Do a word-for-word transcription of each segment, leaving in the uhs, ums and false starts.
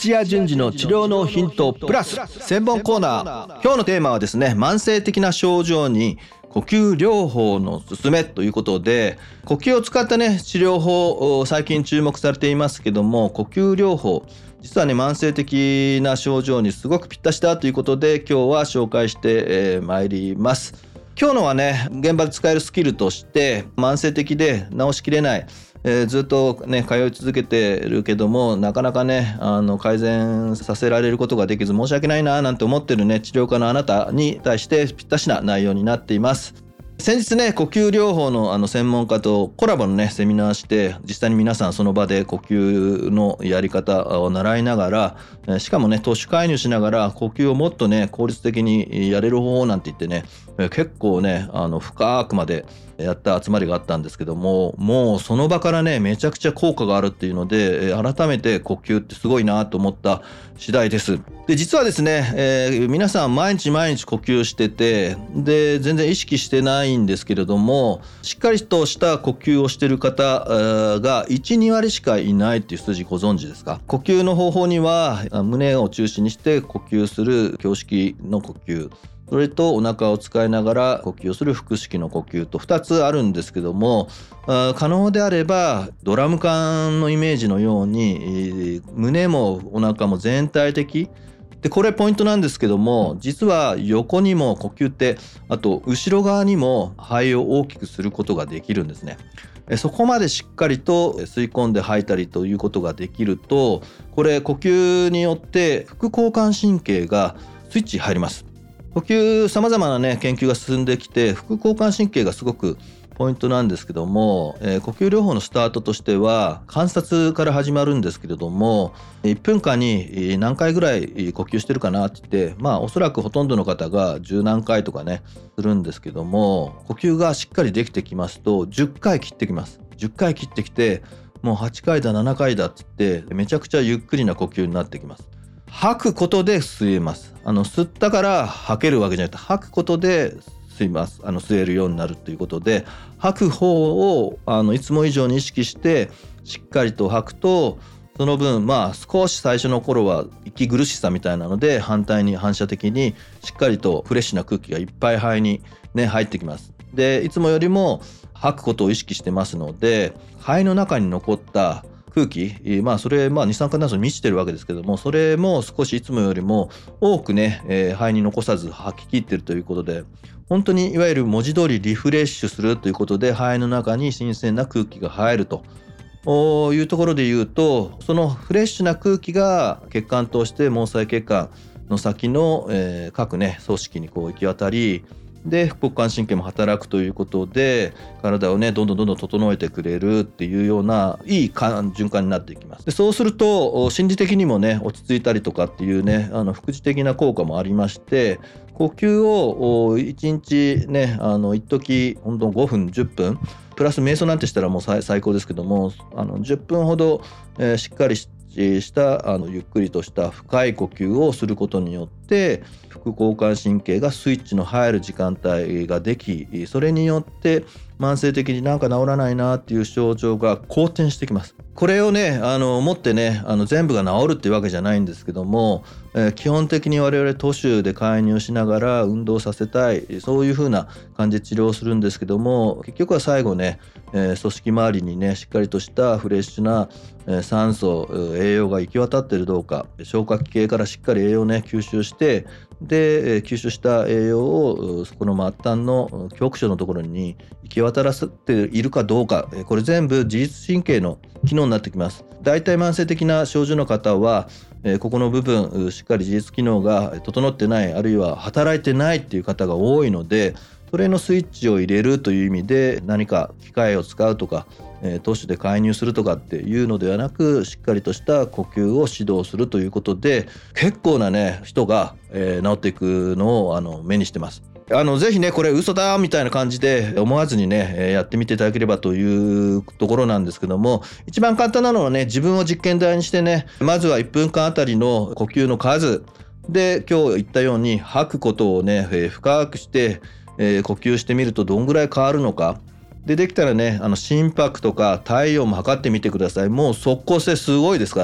土屋順次の治療のヒントプラス専門コーナー。今日のテーマはですね、慢性的な症状に呼吸療法の勧めということで、呼吸を使ったね治療法最近注目されていますけども、呼吸療法実はね慢性的な症状にすごくぴったしだということで、今日は紹介してまいります。今日のはね、現場で使えるスキルとして慢性的で治しきれない、えー、ずっとね通い続けてるけどもなかなかねあの改善させられることができず申し訳ないななんて思ってるね治療家のあなたに対してぴったしな内容になっています。先日ね呼吸療法のあの専門家とコラボのねセミナーして、実際に皆さんその場で呼吸のやり方を習いながら、しかもね徒手介入しながら呼吸をもっとね効率的にやれる方法なんて言ってね、結構ねあの深くまでやった集まりがあったんですけども、もうその場からねめちゃくちゃ効果があるっていうので、改めて呼吸ってすごいなと思った次第です。で実はですね、えー、皆さん毎日毎日呼吸してて、で全然意識してないんですけれども、しっかりとした呼吸をしている方が いち、にわりしかいないっていう数字ご存知ですか？呼吸の方法には胸を中心にして呼吸する胸式の呼吸、それとお腹を使いながら呼吸をする腹式の呼吸とふたつあるんですけども、可能であればドラム缶のイメージのように胸もお腹も全体的で、これポイントなんですけども、実は横にも呼吸って、あと後ろ側にも肺を大きくすることができるんですね。そこまでしっかりと吸い込んで吐いたりということができると、これ呼吸によって副交感神経がスイッチ入ります。呼吸様々なね研究が進んできて、副交感神経がすごくポイントなんですけども、えー、呼吸療法のスタートとしては観察から始まるんですけれども、いっぷんかんに何回ぐらい呼吸してるかなって言って、まあおそらくほとんどの方が十何回とかねするんですけども、呼吸がしっかりできてきますとじゅっかい切ってきます。じゅっかい切ってきて、もうはちかいだななかいだって言ってめちゃくちゃゆっくりな呼吸になってきます。吐くことで吸えます。あの吸ったから吐けるわけじゃなくて、吐くことで吸います。あの吸えるようになるということで、吐く方をあのいつも以上に意識してしっかりと吐くと、その分まあ少し最初の頃は息苦しさみたいなので、反対に反射的にしっかりとフレッシュな空気がいっぱい肺にね入ってきます。でいつもよりも吐くことを意識してますので、肺の中に残った空気、まあそれまあ二酸化炭素に満ちてるわけですけども、それも少しいつもよりも多くね、えー、肺に残さず吐き切ってるということで、本当にいわゆる文字通りリフレッシュするということで、肺の中に新鮮な空気が入るというところで言うと、そのフレッシュな空気が血管として毛細血管の先の、えー、各ね組織にこう行き渡り、で副交感神経も働くということで、体をねどんどんどんどん整えてくれるっていうようないい循環になっていきます。でそうすると心理的にもね落ち着いたりとかっていうねあの副次的な効果もありまして、呼吸をいちにちねあの一時本当ごふんじゅっぷんプラス瞑想なんてしたらもう最高ですけども、あのじゅっぷんほど、えー、しっかりしたあのゆっくりとした深い呼吸をすることによって副交感神経がスイッチの入る時間帯ができ、それによって慢性的になんか治らないなっていう症状が好転してきます。これをねあの持ってねあの全部が治るっていうわけじゃないんですけども、えー、基本的に我々徒手で介入しながら運動させたい、そういう風な感じで治療するんですけども、結局は最後ね、えー、組織周りにねしっかりとしたフレッシュな、えー、酸素栄養が行き渡っているどうか、消化器系からしっかり栄養をね吸収して、で吸収した栄養をそこの末端の局所のところに行き渡らせているかどうか、これ全部自律神経の機能になってきます。だいたい慢性的な症状の方はここの部分しっかり自律機能が整ってない、あるいは働いてないっていう方が多いので、それのスイッチを入れるという意味で何か機械を使うとか徒手で介入するとかっていうのではなく、しっかりとした呼吸を指導するということで、結構なね人が、えー、治っていくのをあの目にしてます。あのぜひねこれ嘘だみたいな感じで思わずにねやってみていただければというところなんですけども、一番簡単なのはね自分を実験台にしてね、まずはいっぷんかんあたりの呼吸の数で、今日言ったように吐くことをね、えー、深くして、えー、呼吸してみるとどんぐらい変わるのかで、できたらねあの心拍とか体温も測ってみてください。もう即効性すごいですから、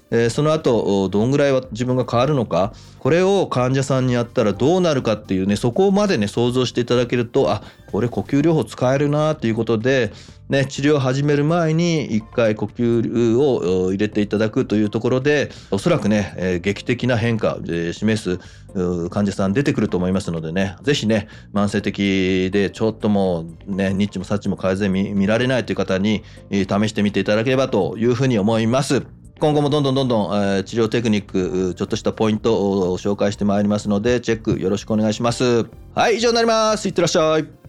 えー、その後どんぐらいは自分が変わるのか、これを患者さんにやったらどうなるかっていうね、そこまでね想像していただけると、あ、これ呼吸療法使えるなっていうことでね、治療を始める前に一回呼吸を入れていただくというところで、おそらくね、えー、劇的な変化で示す患者さん出てくると思いますのでね、ぜひね、慢性的でちょっともうね、ニッチもサッチも改善 見, 見られないという方に、えー、試してみていただければというふうに思います。今後もどんどんどんどん、えー、治療テクニック、ちょっとしたポイントを紹介してまいりますので、チェックよろしくお願いします。はい、以上になります。いってらっしゃい。